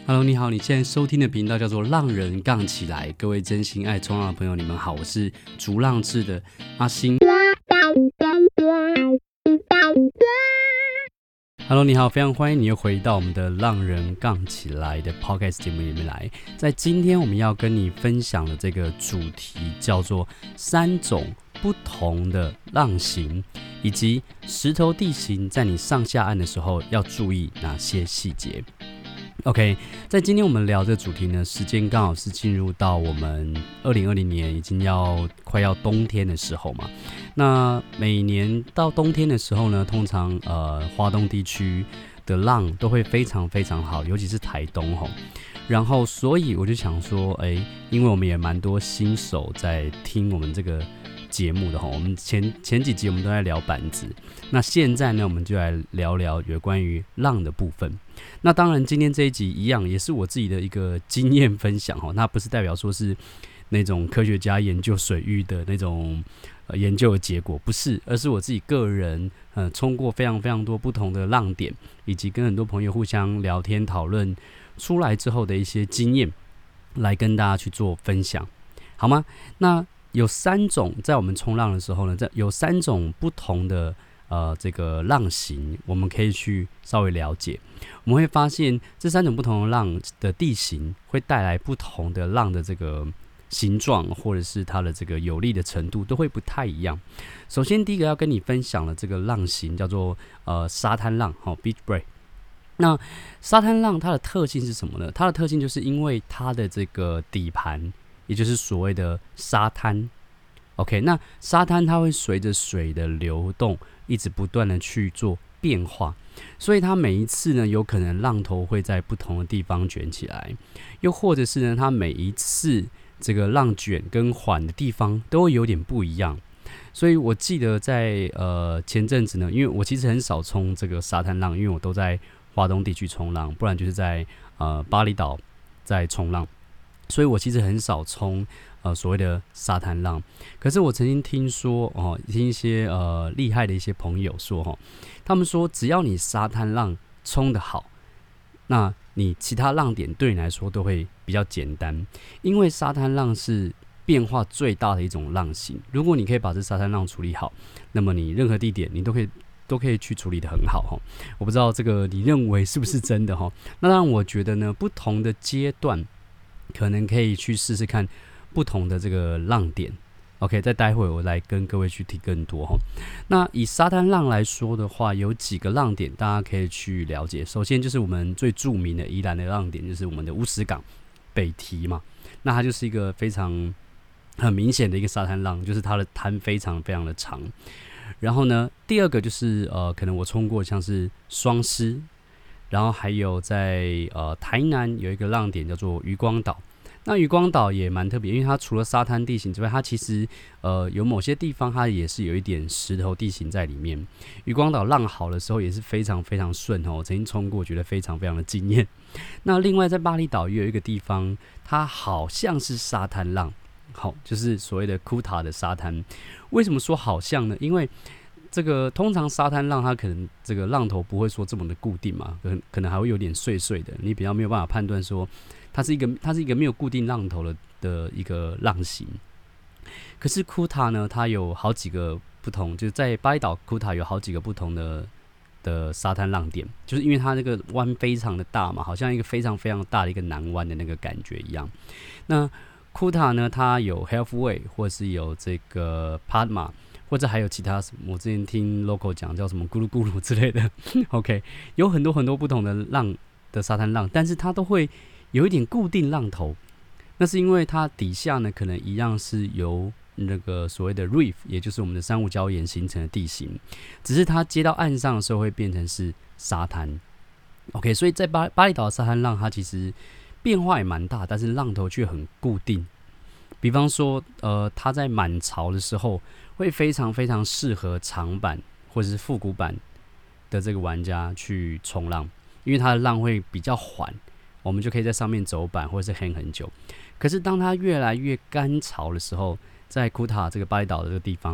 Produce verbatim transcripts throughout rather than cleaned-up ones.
Hello， 你好，你现在收听的频道叫做浪人杠起来。各位真心爱冲浪的朋友，你们好，我是逐浪志的阿星。Hello， 你好，非常欢迎你又回到我们的浪人杠起来的 Podcast 节目里面来。在今天我们要跟你分享的这个主题叫做三种不同的浪型，以及石头地形在你上下岸的时候要注意哪些细节。OK， 在今天我们聊这个主题呢，时间刚好是进入到我们二零二零年已经要快要冬天的时候嘛。那每年到冬天的时候呢，通常呃华东地区的浪都会非常非常好，尤其是台东吼。然后所以我就想说，哎，因为我们也蛮多新手在听我们这个节目的吼，我们前前几集我们都在聊板子，那现在呢，我们就来聊聊有关于浪的部分。那当然，今天这一集一样，也是我自己的一个经验分享吼，那不是代表说是那种科学家研究水域的那种、呃、研究的结果，不是，而是我自己个人呃冲过非常非常多不同的浪点，以及跟很多朋友互相聊天讨论出来之后的一些经验，来跟大家去做分享，好吗？那有三种在我们冲浪的时候呢，有三种不同的呃这个浪型，我们可以去稍微了解。我们会发现这三种不同的浪的地形会带来不同的浪的这个形状，或者是它的这个有力的程度都会不太一样。首先第一个要跟你分享的这个浪型叫做呃沙滩浪，好 beach break。那沙滩浪它的特性是什么呢？它的特性就是因为它的这个底盘，也就是所谓的沙滩。OK， 那沙滩它会随着水的流动，一直不断的去做变化，所以它每一次呢，有可能浪头会在不同的地方卷起来，又或者是呢，它每一次这个浪卷跟缓的地方都会有点不一样。所以我记得在呃前阵子呢，因为我其实很少冲这个沙滩浪，因为我都在华东地区冲浪，不然就是在呃巴厘岛在冲浪，所以我其实很少冲呃所谓的沙滩浪。可是我曾经听说哦，听一些呃厉害的一些朋友说哈，他们说只要你沙滩浪冲得好，那你其他浪点对你来说都会比较简单，因为沙滩浪是变化最大的一种浪型。如果你可以把这沙滩浪处理好，那么你任何地点你都可以都可以去处理得很好哈。我不知道这个你认为是不是真的哈？那当然，我觉得呢，不同的阶段可能可以去试试看不同的这个浪点。OK， 再待会我来跟各位去提更多哈。那以沙滩浪来说的话，有几个浪点大家可以去了解。首先就是我们最著名的宜兰的浪点，就是我们的乌石港北堤嘛。那它就是一个非常很明显的一个沙滩浪，就是它的滩非常非常的长。然后呢，第二个就是呃，可能我冲过像是双狮，然后还有在呃台南有一个浪点叫做渔光岛。那渔光岛也蛮特别，因为它除了沙滩地形之外，它其实呃有某些地方它也是有一点石头地形在里面。渔光岛浪好的时候也是非常非常顺哦，我曾经冲过，觉得非常非常的惊艳。那另外在巴厘岛也有一个地方，它好像是沙滩浪，好，就是所谓的库塔的沙滩。为什么说好像呢？因为这个通常沙滩浪它可能这个浪头不会说这么的固定嘛，可能可能还会有点碎碎的，你比较没有办法判断说。它是一个，它是一个没有固定浪头 的, 的一个浪型。可是库塔呢，它有好几个不同，就是在巴厘岛库塔有好几个不同的的沙滩浪点，就是因为它那个湾非常的大嘛，好像一个非常非常大的一个南湾的那个感觉一样。那库塔呢，它有 halfway， 或是有这个 Padma， 或者还有其他什么，我之前听 local 讲叫什么咕噜咕噜之类的。OK， 有很多很多不同的浪的沙滩浪，但是它都会有一点固定浪头，那是因为它底下呢可能一样是由那个所谓的 reef， 也就是我们的珊瑚礁岩形成的地形，只是它接到岸上的时候会变成是沙滩。OK， 所以在巴巴厘岛的沙滩浪它其实变化也蛮大，但是浪头却很固定。比方说，呃，它在满潮的时候会非常非常适合长板或者是复古板的这个玩家去冲浪，因为它的浪会比较缓。我们就可以在上面走板或者是 hang 很久。可是当它越来越干潮的时候，在库塔这个巴厘岛的这个地方，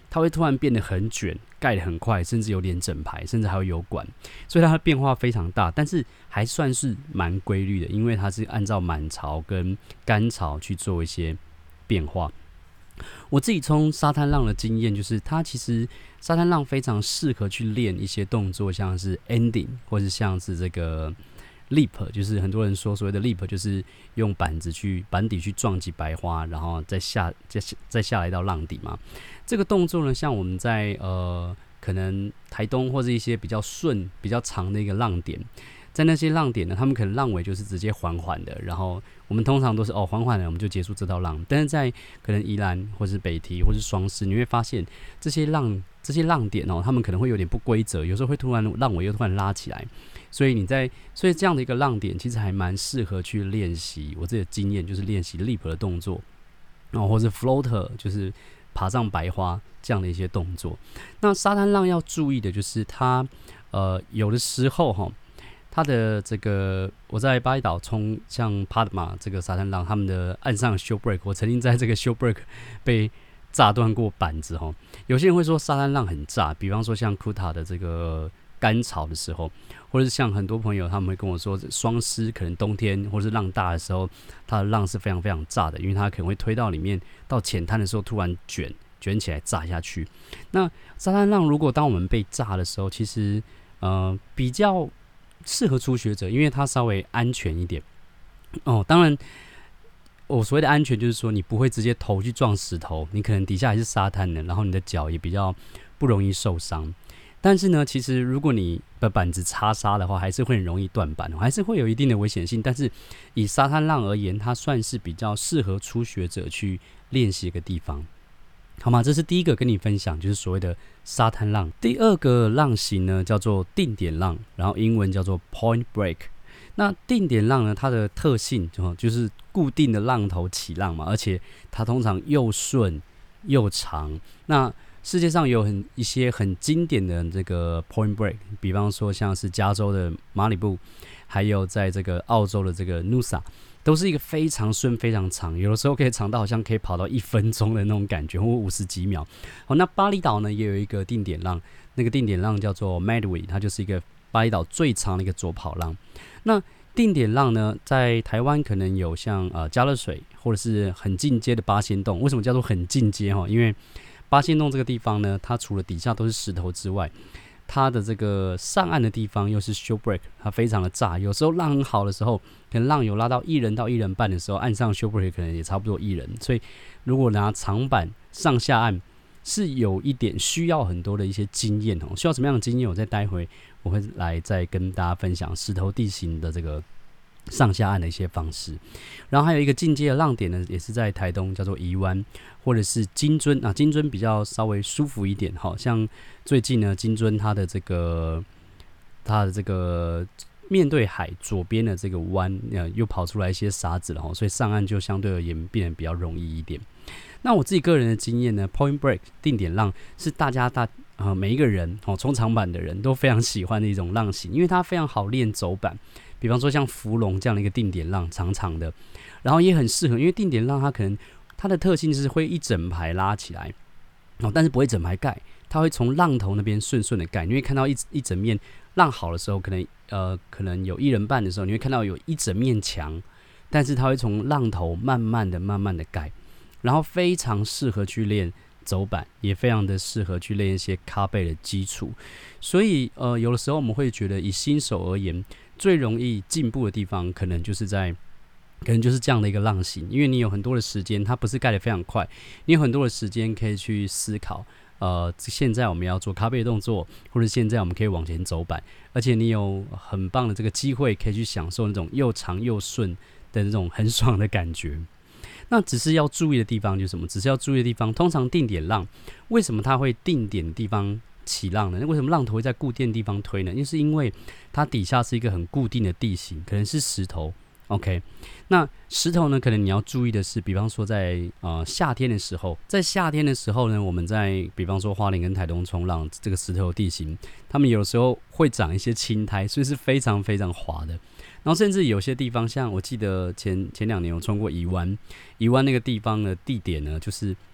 它会突然变得很卷，盖得很快，甚至有点整排，甚至还有油管，所以它的变化非常大，但是还算是蛮规律的，因为它是按照满潮跟干潮去做一些变化。我自己冲沙滩浪的经验就是，它其实沙滩浪非常适合去练一些动作，像是 ending 或是像是这个 leap， 就是很多人说所谓的 leap 就是用板子去板底去撞击白花，然后再下再再下来到浪底嘛。这个动作呢，像我们在呃可能台东或是一些比较顺比较长的一个浪点。在那些浪点呢，他们可能浪尾就是直接缓缓的，然后我们通常都是哦缓缓的，我们就结束这道浪。但是在可能宜兰或是北堤或是双狮，你会发现这些浪这些浪点哦，他们可能会有点不规则，有时候会突然浪尾又突然拉起来，所以你在所以这样的一个浪点，其实还蛮适合去练习。我自己的经验就是练习 leap 的动作，哦，或是 floater 就是爬上白花这样的一些动作。那沙滩浪要注意的就是它呃有的时候哈。它的这个，我在巴厘岛冲像帕德玛这个沙滩浪，他们的岸上 show break， 我曾经在这个 show break 被炸断过板子哈。有些人会说沙滩浪很炸，比方说像库塔的这个干潮的时候，或者是像很多朋友他们会跟我说，双狮可能冬天或是浪大的时候，它的浪是非常非常炸的，因为它可能会推到里面，到浅滩的时候突然卷卷起来炸下去。那沙滩浪如果当我们被炸的时候，其实呃比较适合初学者，因为它稍微安全一点哦。当然，我所谓的安全就是说，你不会直接头去撞石头，你可能底下还是沙滩的，然后你的脚也比较不容易受伤。但是呢，其实如果你的板子擦沙的话，还是会很容易断板，还是会有一定的危险性。但是以沙滩浪而言，它算是比较适合初学者去练习一个地方。好吗？这是第一个跟你分享，就是所谓的沙滩浪。第二个浪型呢，叫做定点浪，然后英文叫做 point break。那定点浪呢，它的特性就是固定的浪头起浪嘛，而且它通常又顺又长。那世界上有很一些很经典的这个 point break， 比方说像是加州的马里布，还有在这个澳洲的这个 Nusa。都是一个非常顺、非常长，有的时候可以长到好像可以跑到一分钟的那种感觉，或五十几秒。好，那巴厘岛呢也有一个定点浪，那个定点浪叫做 Medway， 它就是一个巴厘岛最长的一个左跑浪。那定点浪呢，在台湾可能有像呃嘉乐水，或者是很进阶的八仙洞。为什么叫做很进阶哈？因为八仙洞这个地方呢，它除了底下都是石头之外，它的这个上岸的地方又是 show break， 它非常的炸。有时候浪很好的时候，可能浪有拉到一人到一人半的时候，岸上 show break 可能也差不多一人。所以如果拿长板上下岸，是有一点需要很多的一些经验哦。需要什么样的经验？我再待会我会来再跟大家分享石头地形的这个上下岸的一些方式。然后还有一个进阶的浪点呢，也是在台东，叫做宜湾或者是金樽啊。金樽比较稍微舒服一点，好像最近呢，金樽它的这个它的这个面对海左边的这个湾，呃，又跑出来一些沙子了，所以上岸就相对而言变得比较容易一点。那我自己个人的经验呢 ，Point Break 定点浪是大家大呃每一个人哦冲长板的人都非常喜欢的一种浪型，因为它非常好练走板。比方说像福隆这样的一个定点浪，长长的，然后也很适合，因为定点浪它可能它的特性是会一整排拉起来，哦，但是不会整排盖，它会从浪头那边顺顺的盖。你会看到一一整面浪好的时候，可能呃可能有一人半的时候，你会看到有一整面墙，但是它会从浪头慢慢的、慢慢的盖，然后非常适合去练走板，也非常的适合去练一些卡背的基础。所以呃有的时候我们会觉得，以新手而言，最容易进步的地方，可能就是在，可能就是这样的一个浪型，因为你有很多的时间，它不是盖得非常快，你有很多的时间可以去思考，呃，现在我们要做卡背的动作，或者现在我们可以往前走板，而且你有很棒的这个机会，可以去享受那种又长又顺的那种很爽的感觉。那只是要注意的地方就是什么？只是要注意的地方，通常定点浪，为什么它会定点的地方起浪呢？那为什么浪头会在固定的地方推呢？就是因为它底下是一个很固定的地形，可能是石头。OK， 那石头呢，可能你要注意的是，比方说在呃夏天的时候，在夏天的时候呢，我们在比方说花莲跟台东冲浪，这个石头地形，他们有时候会长一些青苔，所以是非常非常滑的。然后甚至有些地方，像我记得前前两年我冲过宜湾，宜湾那个地方的地点呢，就是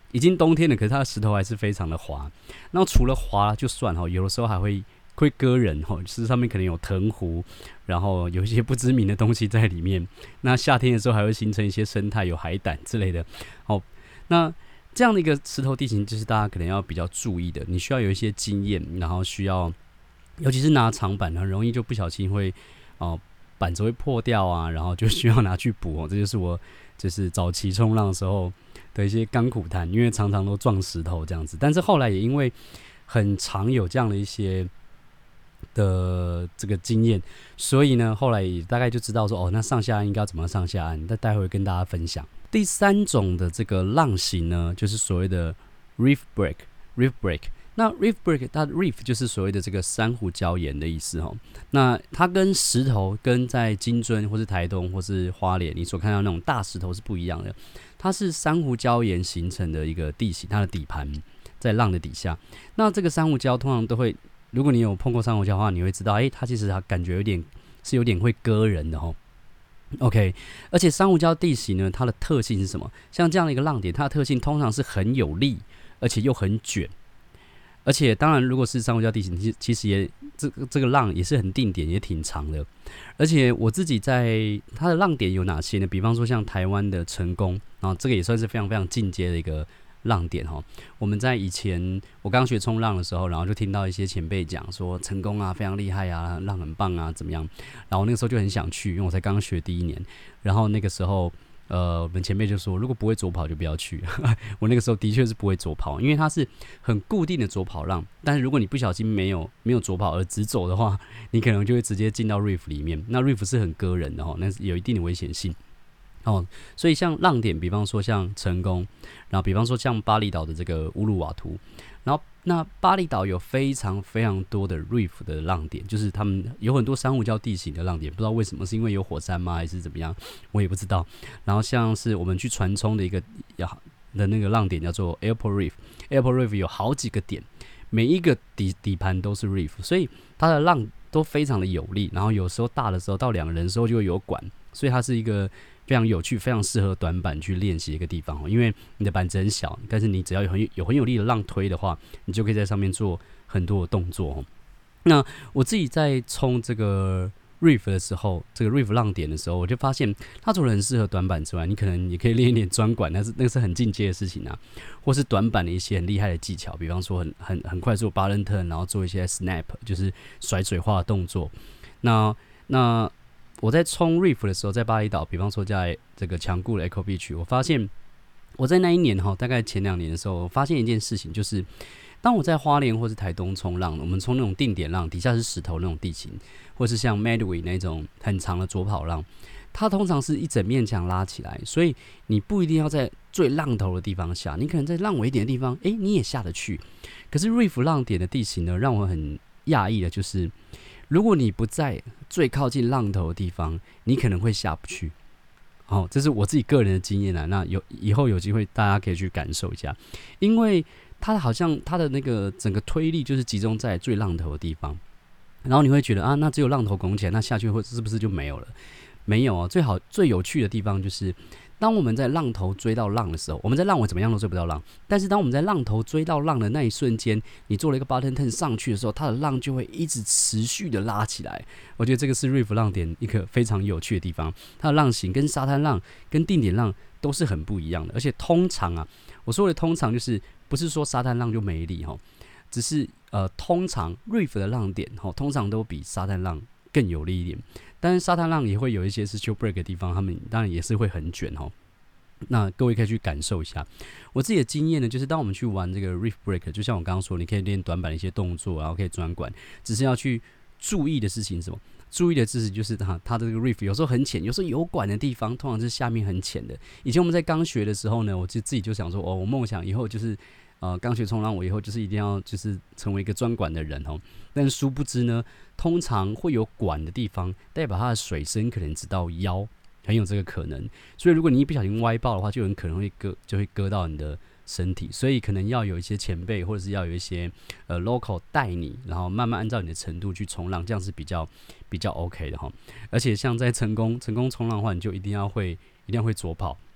已经冬天了，可是它的石头还是非常的滑。然后除了滑就算哈，有的时候还会会割人哈，就是上面可能有藤壶，然后有一些不知名的东西在里面。那夏天的时候还会形成一些生态，有海胆之类的。好，那这样的一个石头地形，就是大家可能要比较注意的，你需要有一些经验，然后需要，尤其是拿长板，很容易就不小心会哦、呃、板子会破掉啊，然后就需要拿去补哦。这就是我就是早期冲浪的时候的一些甘苦谈，因为常常都撞石头这样子。但是后来也因为很常有这样的一些的这个经验，所以呢，后来也大概就知道说，哦，那上下岸应该要怎么上下岸。那待会跟大家分享。第三种的这个浪型呢，就是所谓的 reef break。reef break， 那 reef break 它的 reef 就是所谓的这个珊瑚礁岩的意思哦。那它跟石头跟在金樽或是台东或是花莲你所看到那种大石头是不一样的，它是珊瑚礁岩形成的一个地形，它的底盘在浪的底下。那这个珊瑚礁通常都会，如果你有碰过珊瑚礁的话，你会知道，哎，它其实它感觉有点是有点会割人的哦。OK， 而且珊瑚礁地形呢，它的特性是什么？像这样的一个浪点，它的特性通常是很有力，而且又很卷。而且当然，如果是珊瑚礁地形，其实也这个这个浪也是很定点，也挺长的。而且我自己在它的浪点有哪些呢？比方说像台湾的成功，然后这个也算是非常非常进阶的一个浪点哈。我们在以前我刚学冲浪的时候，然后就听到一些前辈讲说成功啊非常厉害啊，浪很棒啊怎么样，然后那个时候就很想去，因为我才刚学第一年。然后那个时候呃我们前辈就说，如果不会左跑就不要去。我那个时候的确是不会左跑，因为它是很固定的左跑浪，但是如果你不小心没有没有左跑而直走的话，你可能就会直接进到 reef 里面。那 reef 是很割人的齁，那是有一定的危险性。哦，所以像浪点，比方说像成功，然后比方说像巴厘岛的这个乌鲁瓦图，然后那巴厘岛有非常非常多的 reef 的浪点，就是他们有很多珊瑚礁地形的浪点，不知道为什么，是因为有火山吗，还是怎么样，我也不知道。然后像是我们去船冲的一个的那个浪点叫做 Airport Reef，Airport Reef 有好几个点，每一个底底盘都是 reef， 所以它的浪都非常的有力，然后有时候大的时候到两个人的时候就会有管，所以它是一个非常有趣、非常适合短板去练习的一个地方哦。因为你的板子很小，但是你只要有很有很有力的浪推的话，你就可以在上面做很多的动作哦。那我自己在冲这个 reef 的时候，这个 reef 浪点的时候，我就发现它除了很适合短板之外，你可能也可以练一点专管，那是那个是很进阶的事情啊，或是短板的一些很厉害的技巧，比方说很很很快做巴伦特，然后做一些 snap， 就是甩水花的动作。那那我在冲 reef 的时候，在巴厘岛，比方说在这个强固的 Echo Beach， 我发现我在那一年哈，大概前两年的时候，我发现一件事情，就是当我在花莲或是台东冲浪，我们冲那种定点浪，底下是石头那种地形，或是像 Medway 那种很长的左跑浪，它通常是一整面墙拉起来，所以你不一定要在最浪头的地方下，你可能在浪尾一点的地方，哎，你也下得去。可是 reef 浪点的地形呢，让我很讶异的就是，如果你不在最靠近浪头的地方，你可能会下不去。哦，这是我自己个人的经验啊。那有以后有机会大家可以去感受一下，因为它好像它的那个整个推力就是集中在最浪头的地方，然后你会觉得啊，那只有浪头拱起来，那下去会是不是就没有了？没有啊，最好最有趣的地方就是，当我们在浪头追到浪的时候，我们在浪尾怎么样都追不到浪，但是当我们在浪头追到浪的那一瞬间，你做了一个 bottom turn 上去的时候，它的浪就会一直持续的拉起来。我觉得这个是 reef 浪点一个非常有趣的地方，它的浪型跟沙滩浪、跟定点浪都是很不一样的，而且通常啊，我说的通常就是不是说沙滩浪就没力哈，只是呃通常 reef 的浪点哈，通常都比沙滩浪更有力一点。但是沙滩浪也会有一些是 chill break 的地方，他们当然也是会很卷哦。那各位可以去感受一下。我自己的经验呢，就是当我们去玩这个 reef break， 就像我刚刚说，你可以练短板的一些动作，然后可以转管，只是要去注意的事情是什么？注意的事情就是它它的这个 reef 有时候很浅，有时候有管的地方通常是下面很浅的。以前我们在刚学的时候呢，我就自己就想说，哦，我梦想以后就是呃刚学冲浪，我以后就是一定要就是成为一个专管的人哦。但殊不知呢，通常会有管的地方，代表它的水深可能直到腰，很有这个可能。所以如果你一不小心歪爆的话，就很可能会割，就会割到你的身体。所以可能要有一些前辈，或者是要有一些呃 local 带你，然后慢慢按照你的程度去冲浪，这样是比较比较 OK 的哈。而且像在成功成功冲浪的话，你就一定要会一定要会左跑。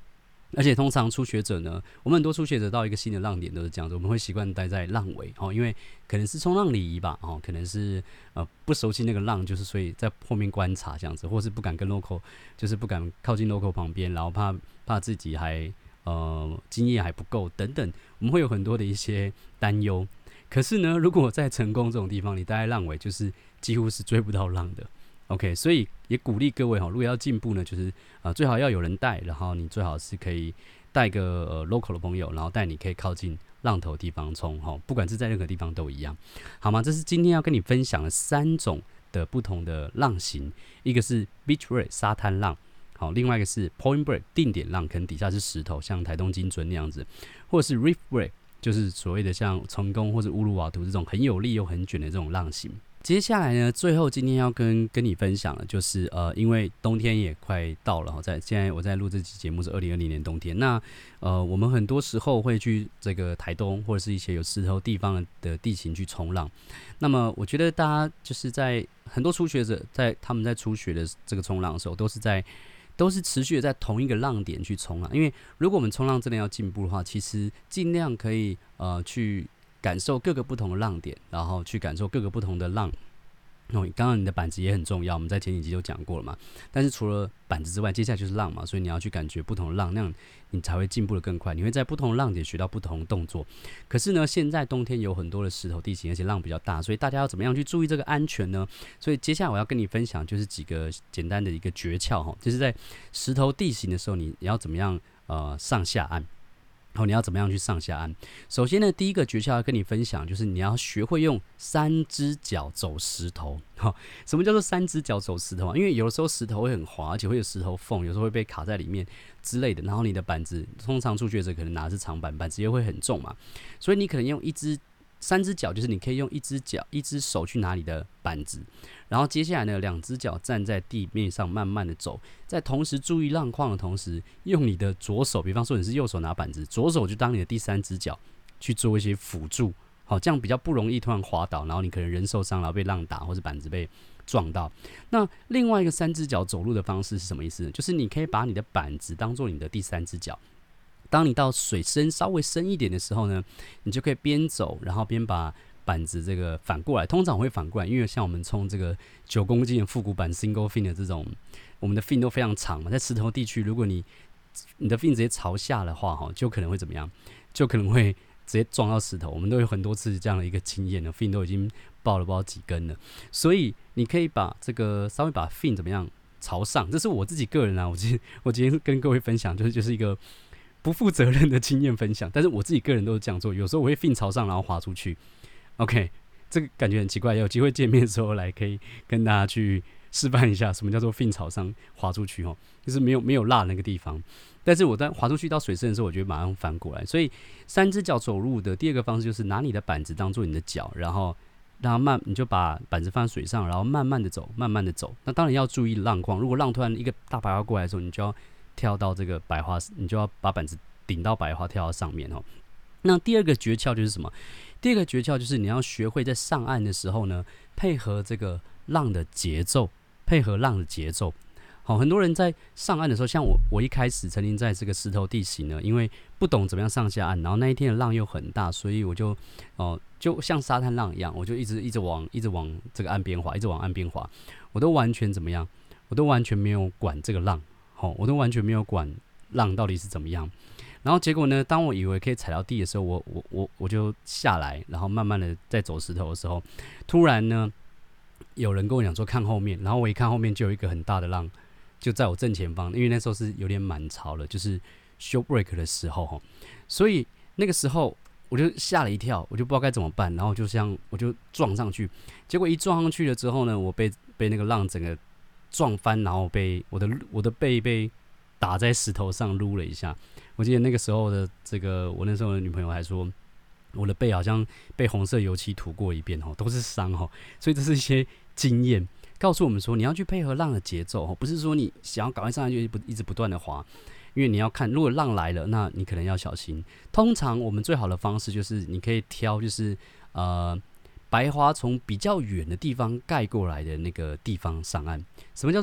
而且通常初学者呢，我们很多初学者到一个新的浪点都是这样子，我们会习惯待在浪尾哦，因为可能是冲浪礼仪吧哦，可能是呃不熟悉那个浪，就是所以在后面观察这样子，或是不敢跟 local， 就是不敢靠近 local 旁边，然后怕怕自己还呃经验还不够等等，我们会有很多的一些担忧。可是呢，如果在成功这种地方，你待在浪尾，就是几乎是追不到浪的。OK， 所以也鼓励各位哈，如果要进步呢，就是呃最好要有人带，然后你最好是可以带个呃 local 的朋友，然后带你可以靠近浪头的地方冲哈，不管是在任何地方都一样，好吗？这是今天要跟你分享的三种的不同的浪型，一个是 beach break 沙滩浪，好，另外一个是 point break 定点浪，可能底下是石头，像台东金樽那样子，或者是 reef break， 就是所谓的像成功或者乌鲁瓦图这种很有力又很卷的这种浪型。接下来呢，最后今天要跟跟你分享的就是，呃，因为冬天也快到了，在现在我在录这期节目是二零二零年冬天，那呃，我们很多时候会去这个台东或者是一些有石头地方的地形去冲浪。那么我觉得大家就是在很多初学者在他们在初学的这个冲浪的时候，都是在都是持续的在同一个浪点去冲浪，因为如果我们冲浪真的要进步的话，其实尽量可以呃去感受各个不同的浪点，然后去感受各个不同的浪。哦，刚刚你的板子也很重要，我们在前几集都讲过了嘛。但是除了板子之外，接下来就是浪嘛，所以你要去感觉不同的浪，那样你才会进步的更快。你会在不同的浪点学到不同的动作。可是呢，现在冬天有很多的石头地形，而且浪比较大，所以大家要怎么样去注意这个安全呢？所以接下来我要跟你分享就是几个简单的一个诀窍哈，就是在石头地形的时候，你你要怎么样呃上下岸。然后你要怎么样去上下岸？首先呢，第一个诀窍要跟你分享，就是你要学会用三只脚走石头。好，什么叫做三只脚走石头啊？因为有的时候石头会很滑，而且会有石头缝，有时候会被卡在里面之类的。然后你的板子，通常初学者可能拿的是长板，板子也会很重嘛，所以你可能用一只。三只脚就是你可以用一只脚、一只手去拿你的板子，然后接下来呢，两只脚站在地面上慢慢的走，在同时注意浪况的同时，用你的左手，比方说你是右手拿板子，左手就当你的第三只脚去做一些辅助，好，这样比较不容易突然滑倒，然后你可能人受伤，然后被浪打或者板子被撞到。那另外一个三只脚走路的方式是什么意思呢？就是你可以把你的板子当做你的第三只脚。当你到水深稍微深一点的时候呢，你就可以边走，然后边把板子这个反过来。通常我会反过来，因为像我们冲这个九公斤的复古板 single fin 的这种，我们的 fin 都非常长嘛，在石头地区，如果你你的 fin 直接朝下的话，哈，就可能会怎么样？就可能会直接撞到石头。我们都有很多次这样的一个经验了 ，fin 都已经爆了不知道几根了。所以你可以把这个稍微把 fin 怎么样朝上，这是我自己个人啊，我今我今天跟各位分享，就是就是一个。不负责任的经验分享，但是我自己个人都是这样做。有时候我会 fin 朝上，然后滑出去。OK， 这个感觉很奇怪。有机会见面的时候来，可以跟大家去示范一下什么叫做 fin 朝上滑出去哦，就是没有没有辣那个地方。但是我在滑出去到水深的时候，我就马上翻过来。所以三只脚走路的第二个方式就是拿你的板子当做你的脚，然后然后慢你就把板子放在水上，然后慢慢的走，慢慢的走。那当然要注意浪况，如果浪突然一个大白花过来的时候，你就要。跳到这个白花，你就要把板子顶到白花，跳到上面哦。那第二个诀窍就是什么？第二个诀窍就是你要学会在上岸的时候呢，配合这个浪的节奏，配合浪的节奏。好，很多人在上岸的时候，像我，我一开始曾经在这个石头地形呢，因为不懂怎么样上下岸，然后那一天的浪又很大，所以我就哦、呃，就像沙滩浪一样，我就一直一直往一直往这个岸边滑，一直往岸边滑，我都完全怎么样？我都完全没有管这个浪。哦、我都完全没有管浪到底是怎么样，然后结果呢？当我以为可以踩到地的时候，我我我我就下来，然后慢慢的在走石头的时候，突然呢，有人跟我讲说看后面，然后我一看后面就有一个很大的浪，就在我正前方，因为那时候是有点满潮了，就是 short break 的时候，所以那个时候我就吓了一跳，我就不知道该怎么办，然后就像我就撞上去，结果一撞上去了之后呢，我被被那个浪整个。撞翻，然后被我的我的背被打在石头上撸了一下。我记得那个时候的这个，我那时候的女朋友还说，我的背好像被红色油漆涂过一遍哦，都是伤哦。所以这是一些经验，告诉我们说，你要去配合浪的节奏哦，不是说你想要赶快上来就不一直不断的滑，因为你要看，如果浪来了，那你可能要小心。通常我们最好的方式就是你可以挑，就是呃。白花从比较远的地方盖过来的那个地方上岸。什么叫做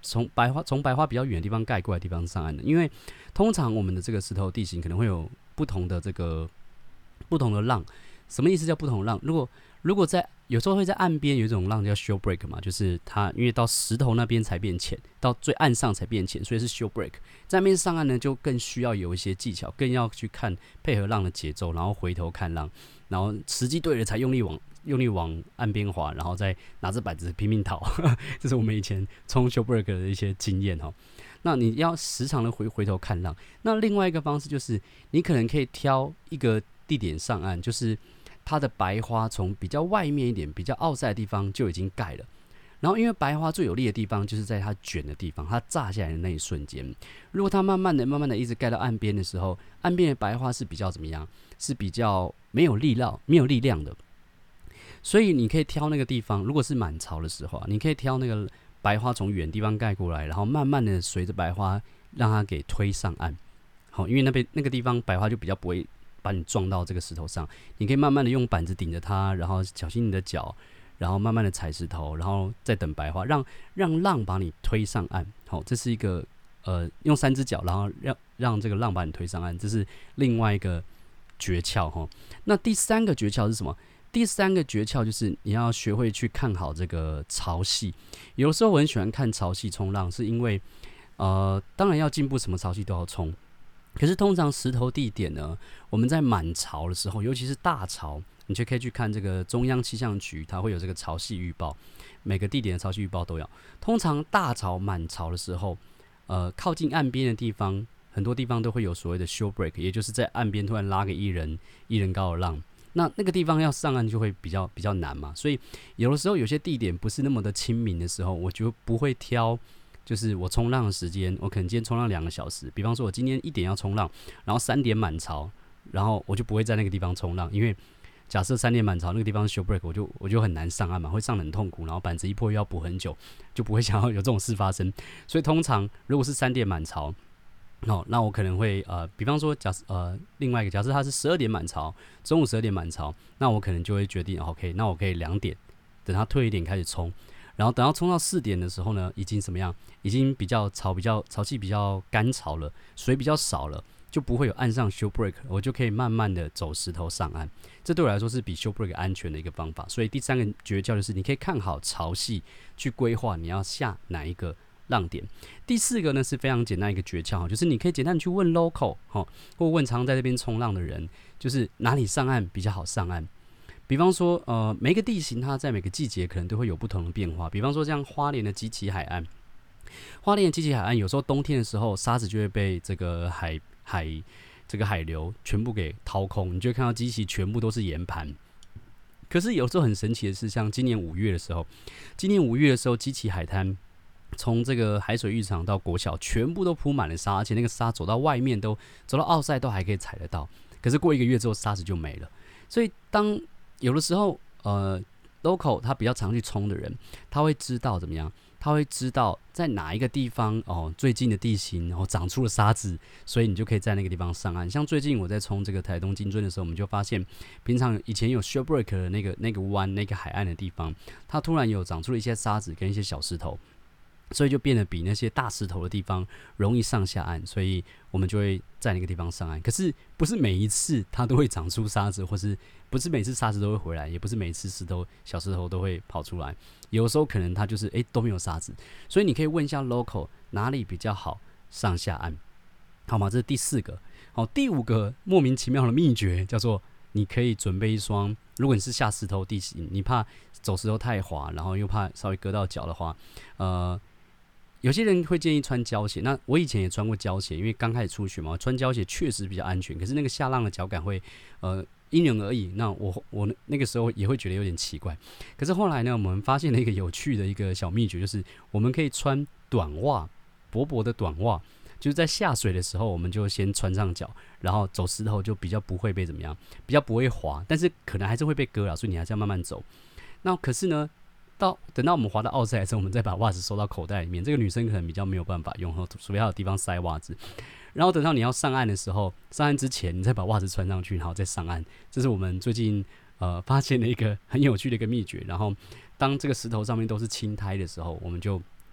从白花从白花比较远的地方盖过来的地方上岸的，因为通常我们的这个石头地形可能会有不同的这个不同的浪。什么意思叫不同的浪？如果如果在有时候会在岸边有一种浪叫 shoal break 嘛，就是它因为到石头那边才变浅，到最岸上才变浅，所以是 shoal break。在那边上岸呢，就更需要有一些技巧，更要去看配合浪的节奏，然后回头看浪，然后时机对了才用力往用力往岸边滑，然后再拿着板子拼命逃。这是我们以前冲 shoal break 的一些经验哈。那你要时常的回回头看浪。那另外一个方式就是，你可能可以挑一个地点上岸，就是它的白花从比较外面一点、比较outside的地方就已经盖了。然后，因为白花最有利的地方就是在它卷的地方，它炸下来的那一瞬间。如果它慢慢的、慢慢的一直盖到岸边的时候，岸边的白花是比较怎么样？是比较没有力量、没有力量的。所以你可以挑那个地方，如果是满潮的时候，你可以挑那个白花从远地方盖过来，然后慢慢的随着白花让它给推上岸。好，因为那边那个地方白花就比较不会把你撞到这个石头上，你可以慢慢的用板子顶着它，然后小心你的脚，然后慢慢的踩石头，然后再等白花，让让浪把你推上岸。好，这是一个呃用三只脚，然后让让这个浪把你推上岸，这是另外一个诀窍哈。那第三个诀窍是什么？第三个诀窍就是你要学会去看好这个潮汐。有的时候我很喜欢看潮汐冲浪，是因为呃当然要进步，什么潮汐都要冲。可是通常石头地点呢，我们在满潮的时候，尤其是大潮，你就可以去看这个中央气象局，它会有这个潮汐预报，每个地点的潮汐预报都有。通常大潮满潮的时候，呃，靠近岸边的地方，很多地方都会有所谓的 shoal break， 也就是在岸边突然拉个一人一人高的浪。那那个地方要上岸就会比较比较难嘛，所以有的时候有些地点不是那么的亲民的时候，我就不会挑。就是我冲浪的时间，我可能今天冲浪两个小时，比方说我今天一点要冲浪，然后三点满潮，然后我就不会在那个地方冲浪，因为假设三点满潮那个地方 shoal break， 我就我就很难上岸嘛，会上得很痛苦，然后板子一破又要补很久，就不会想要有这种事发生。所以通常如果是三点满潮，哦，那我可能会呃，比方说假设呃另外一个假设它是十二点满潮，中午十二点满潮，那我可能就会决定 OK， 那我可以两点等它退一点开始冲。然后等到冲到四点的时候呢，已经怎么样？已经比较潮，比较潮气比较干潮了，水比较少了，就不会有岸上 shoal break， 我就可以慢慢的走石头上岸。这对我来说是比 shoal break 安全的一个方法。所以第三个诀窍就是你可以看好潮汐，去规划你要下哪一个浪点。第四个呢是非常简单一个诀窍，就是你可以简单的去问 local 或问常在这边冲浪的人，就是哪里上岸比较好上岸。比方说，呃，每个地形它在每个季节可能都会有不同的变化。比方说，像花莲的基奇海岸，花莲的基奇海岸有时候冬天的时候，沙子就会被这个海海这个海流全部给掏空，你就会看到基奇全部都是岩盘。可是有时候很神奇的是，像今年五月的时候，今年五月的时候，基奇海滩从这个海水浴场到国小，全部都铺满了沙，而且那个沙走到外面都走到奥赛都还可以踩得到。可是过一个月之后，沙子就没了。所以当有的时候，呃 ，local 他比较常去冲的人，他会知道怎么样？他会知道在哪一个地方哦，最近的地形，然后长出了沙子，所以你就可以在那个地方上岸。像最近我在冲这个台东金樽的时候，我们就发现，平常以前有 shoal break 的那个那个湾、那个海岸的地方，它突然有长出了一些沙子跟一些小石头。所以就变得比那些大石头的地方容易上下岸，所以我们就会在那个地方上岸。可是不是每一次它都会长出沙子，或是不是每次沙子都会回来，也不是每次石头小石头都会跑出来。有时候可能它就是诶都没有沙子，所以你可以问一下 local 哪里比较好上下岸，好吗？这是第四个。好，第五个莫名其妙的秘诀叫做你可以准备一双，如果你是下石头地形，你怕走石头太滑，然后又怕稍微割到脚的话，呃。有些人会建议穿胶鞋，那我以前也穿过胶鞋，因为刚开始初学嘛，穿胶鞋确实比较安全。可是那个下浪的脚感会，呃，因人而异。那我我那个时候也会觉得有点奇怪。可是后来呢，我们发现了一个有趣的一个小秘诀，就是我们可以穿短袜，薄薄的短袜，就是在下水的时候，我们就先穿上脚，然后走石头就比较不会被怎么样，比较不会滑，但是可能还是会被割了，所以你还是要慢慢走。那可是呢？到等到我们滑到奥赛的时候，我们再把袜子收到口袋里面。这个女生可能比较没有办法用，除非她有地方塞袜子。然后等到你要上岸的时候，上岸之前你再把袜子穿上去，然后再上岸。这是我们最近呃发现的一个很有趣的一个秘诀。然后当这个石头上面都是青苔的时候，我们就比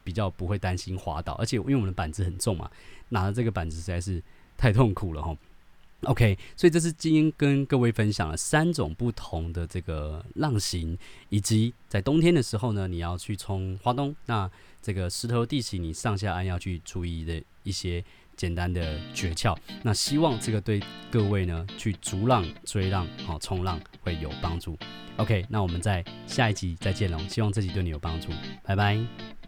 比较不会担心滑倒，而且因为我们的板子很重嘛，拿着这个板子实在是太痛苦了齁。OK， 所以这是今天跟各位分享了三种不同的这个浪型，以及在冬天的时候呢，你要去冲花东，那这个石头地形你上下岸要去注意的一些简单的诀窍。那希望这个对各位呢去逐浪、追浪、好冲浪会有帮助。OK， 那我们在下一集再见喽，希望这集对你有帮助，拜拜。